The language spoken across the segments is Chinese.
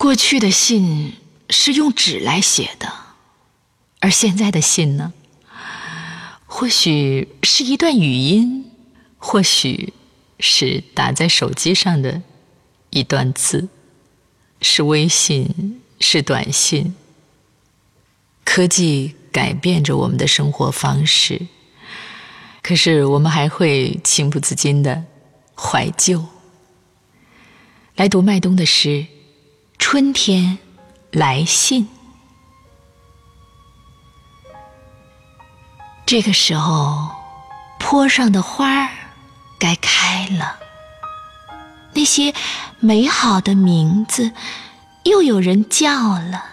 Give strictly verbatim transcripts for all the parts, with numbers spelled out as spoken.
过去的信是用纸来写的，而现在的信呢，或许是一段语音，或许是打在手机上的一段字，是微信，是短信。科技改变着我们的生活方式，可是我们还会情不自禁地怀旧。来读麦冬的诗《春天来信》。这个时候，坡上的花儿该开了，那些美好的名字又有人叫了。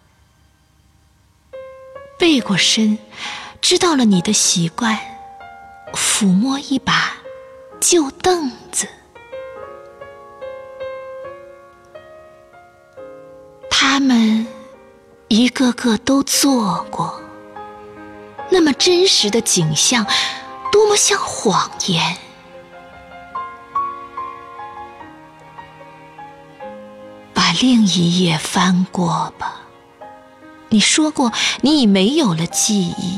背过身，知道了你的习惯，抚摸一把旧凳子。他们一个个都做过，那么真实的景象，多么像谎言。把另一页翻过吧，你说过你已没有了记忆。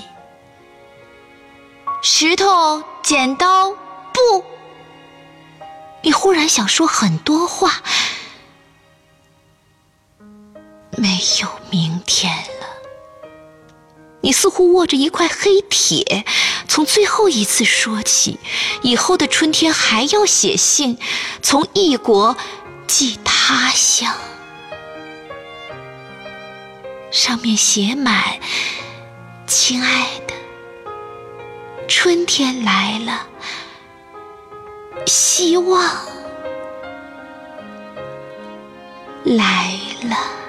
石头剪刀布，你忽然想说很多话。没有明天了，你似乎握着一块黑铁，从最后一次说起，以后的春天还要写信，从异国寄他乡，上面写满：亲爱的，春天来了，希望来了。